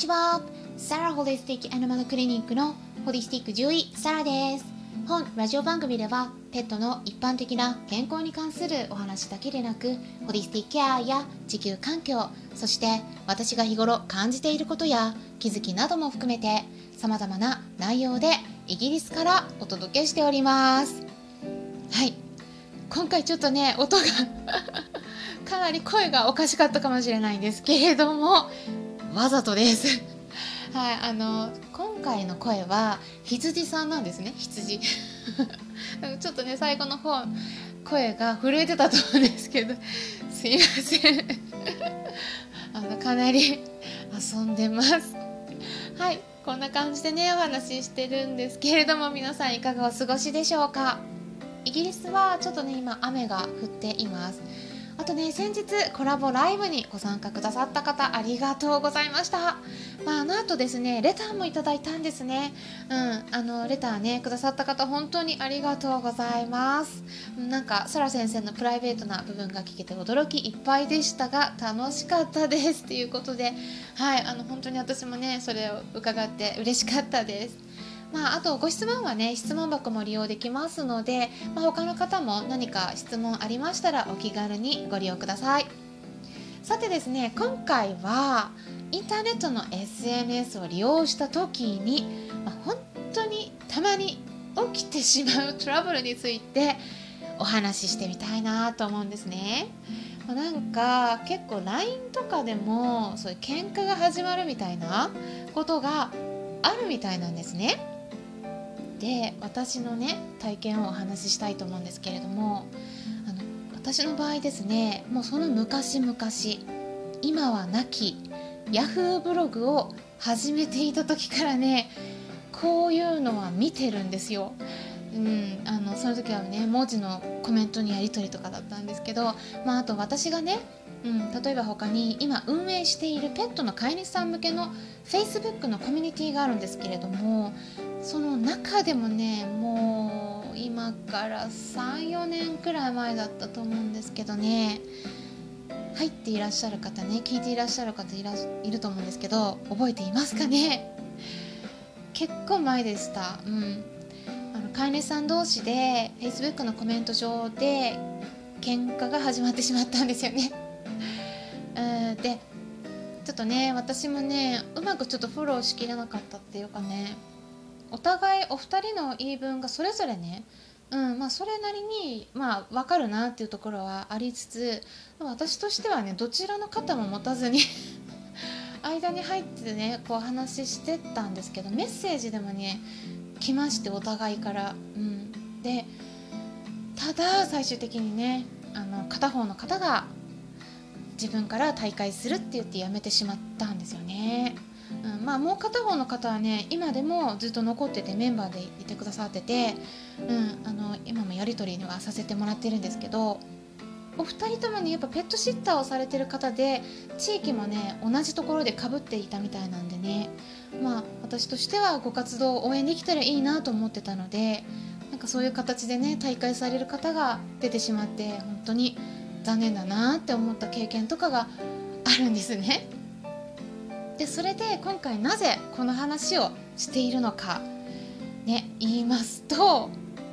ちは。サラホリスティックアニマルクリニックのホリスティック獣医サラです。本ラジオ番組ではペットの一般的な健康に関するお話だけでなく、ホリスティックケアや地球環境、そして私が日頃感じていることや気づきなども含めて様々な内容でイギリスからお届けしております。はい、今回ちょっとね音がかなり声がおかしかったかもしれないんですけれども、わざとですはい、今回の声は羊さんなんですね。羊ちょっとね最後の方声が震えてたと思うんですけど、すいませんかなり遊んでます。はい、こんな感じでねお話ししてるんですけれども、皆さんいかがお過ごしでしょうか。イギリスはちょっとね今雨が降っています。あとね、先日コラボライブにご参加くださった方ありがとうございました。あの後ですねレターもいただいたんですね。レターねくださった方本当にありがとうございます。なんかサラ先生のプライベートな部分が聞けて驚きいっぱいでしたが楽しかったですということで、はい、本当に私もねそれを伺って嬉しかったです。あとご質問はね質問箱も利用できますので、他の方も何か質問ありましたらお気軽にご利用ください。さてですね、今回はインターネットの SNS を利用した時に、本当にたまに起きてしまうトラブルについてお話ししてみたいなと思うんですね。なんか結構 LINE とかでもそういう喧嘩が始まるみたいなことがあるみたいなんですね。で、私のね体験をお話ししたいと思うんですけれども、私の場合ですね、もうその昔々今はなきヤフーブログを始めていた時からねこういうのは見てるんですよ。その時はね文字のコメントにやり取りとかだったんですけど、あと私がね、例えば他に今運営しているペットの飼い主さん向けの Facebook のコミュニティがあるんですけれども、その中でもねもう今から3、4年くらい前だったと思うんですけどね、入っていらっしゃる方ね、聞いていらっしゃる方いると思うんですけど、覚えていますかね。結構前でした。飼い主さん同士で Facebook のコメント上で喧嘩が始まってしまったんですよね。でちょっとね私もねうまくちょっとフォローしきれなかったっていうかね、お互いお二人の言い分がそれぞれね、それなりに分かるなっていうところはありつつ、私としてはねどちらの肩も持たずに間に入ってねこう話してたんですけど、メッセージでもね来まして、お互いから、でただ最終的にね片方の方が自分から退会するって言ってやめてしまったんですよね。もう片方の方はね今でもずっと残っててメンバーでいてくださってて、今もやり取りにはさせてもらってるんですけど、お二人ともねやっぱペットシッターをされてる方で地域もね同じところで被っていたみたいなんでね、私としてはご活動を応援できたらいいなと思ってたので、なんかそういう形でね大会される方が出てしまって本当に残念だなって思った経験とかがあるんですね。でそれで今回なぜこの話をしているのかね言いますと、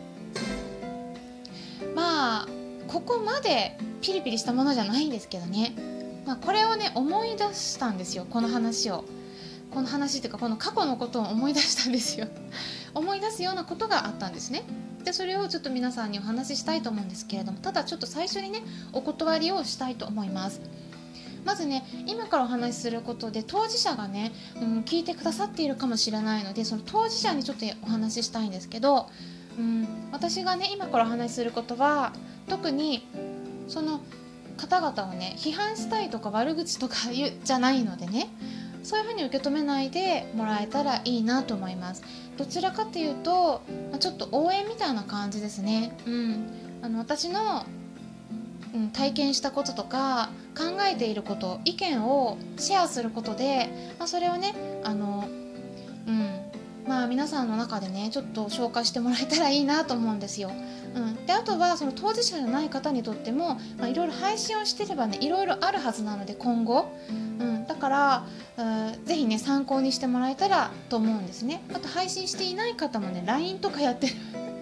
ここまでピリピリしたものじゃないんですけどね、これをね思い出したんですよ。この話っていうかこの過去のことを思い出したんですよ思い出すようなことがあったんですね。でそれをちょっと皆さんにお話ししたいと思うんですけれども、ただちょっと最初にねお断りをしたいと思います。まずね今からお話しすることで当事者がね、聞いてくださっているかもしれないので、その当事者にちょっとお話ししたいんですけど、私がね今からお話しすることは特にその方々をね批判したいとか悪口とかじゃないのでね、そういうふうに受け止めないでもらえたらいいなと思います。どちらかというと、ちょっと応援みたいな感じですね。私の体験したこととか考えていること、意見をシェアすることで、それをね皆さんの中でねちょっと紹介してもらえたらいいなと思うんですよ。であとはその当事者じゃない方にとっても、いろいろ配信をしてればねいろいろあるはずなので今後、だからぜひね参考にしてもらえたらと思うんですね。あと配信していない方もね LINE とかやってる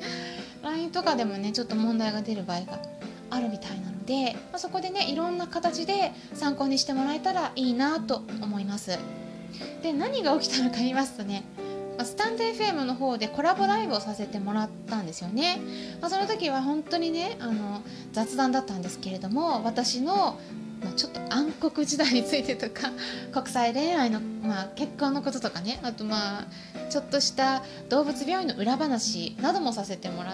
LINE とかでもねちょっと問題が出る場合があるみたいなので、そこでねいろんな形で参考にしてもらえたらいいなと思います。で何が起きたのか言いますとね、スタンド FM の方でコラボライブをさせてもらったんですよね。その時は本当にね雑談だったんですけれども、私の、ちょっと暗黒時代についてとか国際恋愛の、結婚のこととかね、あとちょっとした動物病院の裏話などもさせてもらって、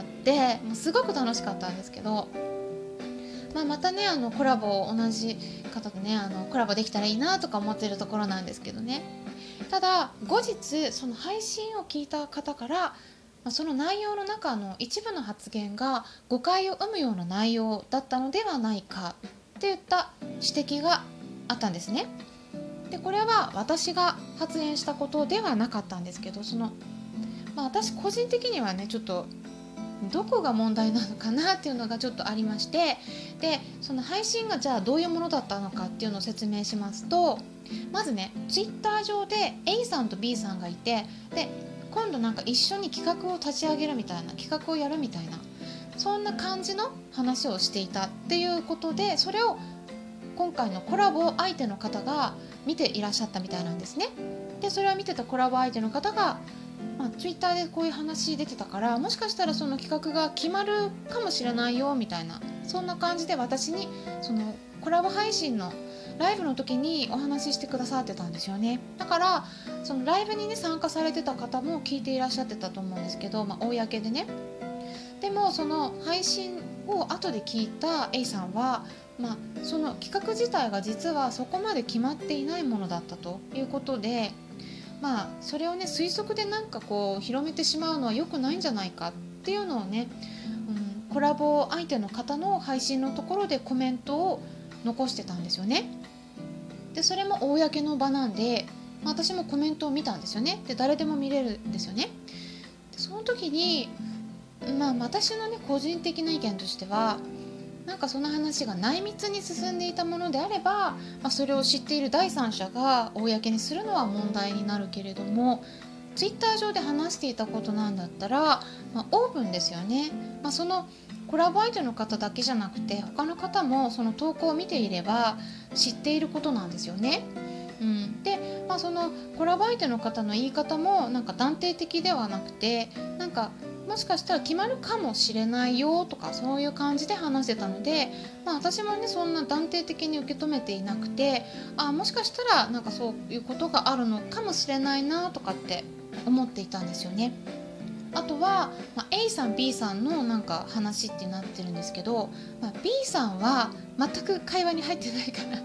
すごく楽しかったんですけど、またねコラボ同じ方とねコラボできたらいいなとか思ってるところなんですけどね。ただ後日その配信を聞いた方から、その内容の中の一部の発言が誤解を生むような内容だったのではないかっていった指摘があったんですね。でこれは私が発言したことではなかったんですけど、私個人的にはねちょっとどこが問題なのかなっていうのがちょっとありまして、でその配信がじゃあどういうものだったのかっていうのを説明しますと、まずねツイッター上で A さんと B さんがいて、で今度一緒に企画を立ち上げるみたいな、企画をやるみたいな、そんな感じの話をしていたっていうことで、それを今回のコラボ相手の方が見ていらっしゃったみたいなんですね。でそれを見てたコラボ相手の方がツイッターでこういう話出てたから、もしかしたらその企画が決まるかもしれないよみたいな、そんな感じで私にそのコラボ配信のライブの時にお話ししてくださってたんですよね。だからそのライブにね参加されてた方も聞いていらっしゃってたと思うんですけど、公でね。でもその配信を後で聞いた A さんは、その企画自体が実はそこまで決まっていないものだったということで、それをね推測で広めてしまうのは良くないんじゃないかっていうのをね、コラボ相手の方の配信のところでコメントを残してたんですよね。でそれも公の場なんで、私もコメントを見たんですよね。で誰でも見れるんですよね。でその時に私のね個人的な意見としては、その話が内密に進んでいたものであれば、それを知っている第三者が公にするのは問題になるけれども、ツイッター上で話していたことなんだったら、オープンですよね。そのコラボ相手の方だけじゃなくて他の方もその投稿を見ていれば知っていることなんですよね。で、そのコラボ相手の方の言い方も断定的ではなくて、もしかしたら決まるかもしれないよとかそういう感じで話してたので、私もねそんな断定的に受け止めていなくて、もしかしたらそういうことがあるのかもしれないなとかって思っていたんですよね。あとは、A さん B さんの話ってなってるんですけど、B さんは全く会話に入ってないから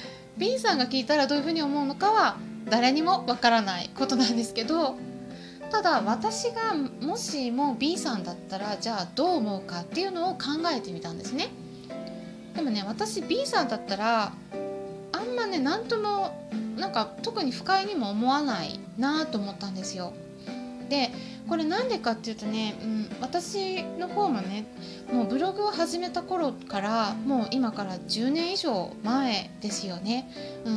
B さんが聞いたらどういうふうに思うのかは誰にもわからないことなんですけど、ただ私がもしも B さんだったらじゃあどう思うかっていうのを考えてみたんですね。でもね私 B さんだったらあんまねなんとも特に不快にも思わないなと思ったんですよ。でこれなんでかっていうとね、私の方もねもうブログを始めた頃からもう今から10年以上前ですよね。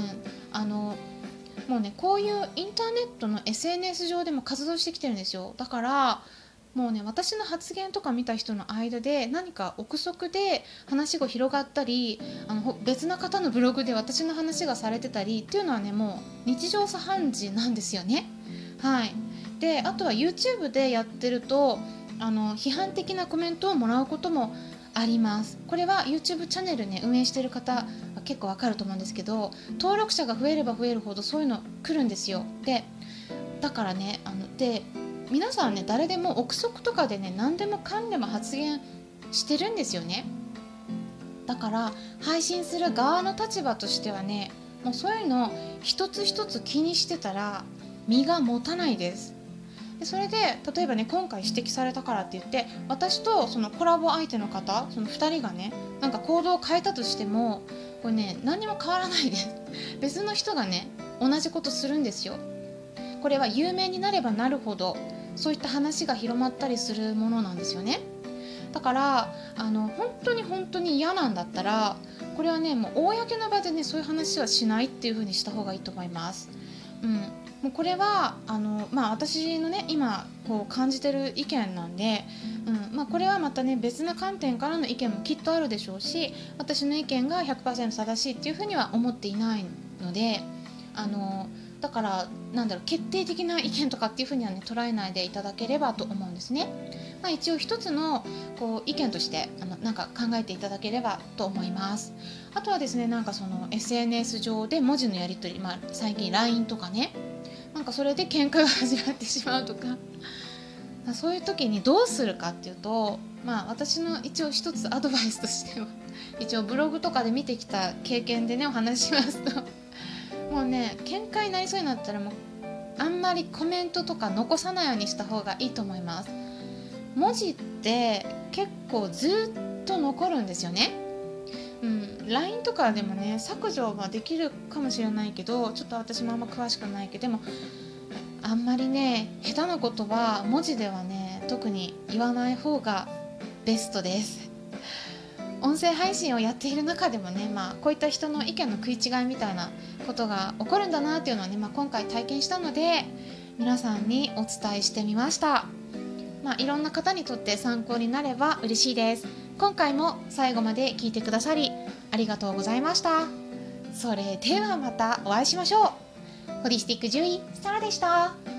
もうねこういうインターネットの SNS 上でも活動してきてるんですよ。だからもうね私の発言とか見た人の間で何か憶測で話が広がったり、別な方のブログで私の話がされてたりっていうのはねもう日常茶飯事なんですよね。であとは YouTube でやってると批判的なコメントをもらうこともあります。これは YouTube チャンネルね運営してる方は結構わかると思うんですけど、登録者が増えれば増えるほどそういうの来るんですよ。でだからね皆さんね誰でも憶測とかでね何でもかんでも発言してるんですよね。だから配信する側の立場としてはねもうそういうの一つ一つ気にしてたら身が持たないです。でそれで例えばね今回指摘されたからって言って私とそのコラボ相手の方その2人がね行動を変えたとしてもこれね何も変わらないです別の人がね同じことするんですよ。これは有名になればなるほどそういった話が広まったりするものなんですよね。だから本当に嫌なんだったら、これはねもう公の場でねそういう話はしないっていう風にした方がいいと思います。もうこれは私のね今こう感じてる意見なんで、これはまたね別な観点からの意見もきっとあるでしょうし、私の意見が 100% 正しいっていう風には思っていないので、だから決定的な意見とかっていう風にはね捉えないでいただければと思うんですね。一応一つのこう意見として考えていただければと思います。あとはですね、その SNS 上で文字のやり取り、最近 LINE とかね、それで喧嘩が始まってしまうとか、そういう時にどうするかっていうと、私の一応一つアドバイスとしては一応ブログとかで見てきた経験でねお話しますともうね喧嘩になりそうになったらもうあんまりコメントとか残さないようにした方がいいと思います。文字って結構ずっと残るんですよね。LINE とかでもね削除はできるかもしれないけど、ちょっと私もあんま詳しくないけど、でもあんまりね下手なことは文字ではね特に言わない方がベストです。音声配信をやっている中でもね、こういった人の意見の食い違いみたいなことが起こるんだなっていうのはね、今回体験したので皆さんにお伝えしてみました。いろんな方にとって参考になれば嬉しいです。今回も最後まで聞いてくださりありがとうございました。それではまたお会いしましょう。ホリスティック獣医サラでした。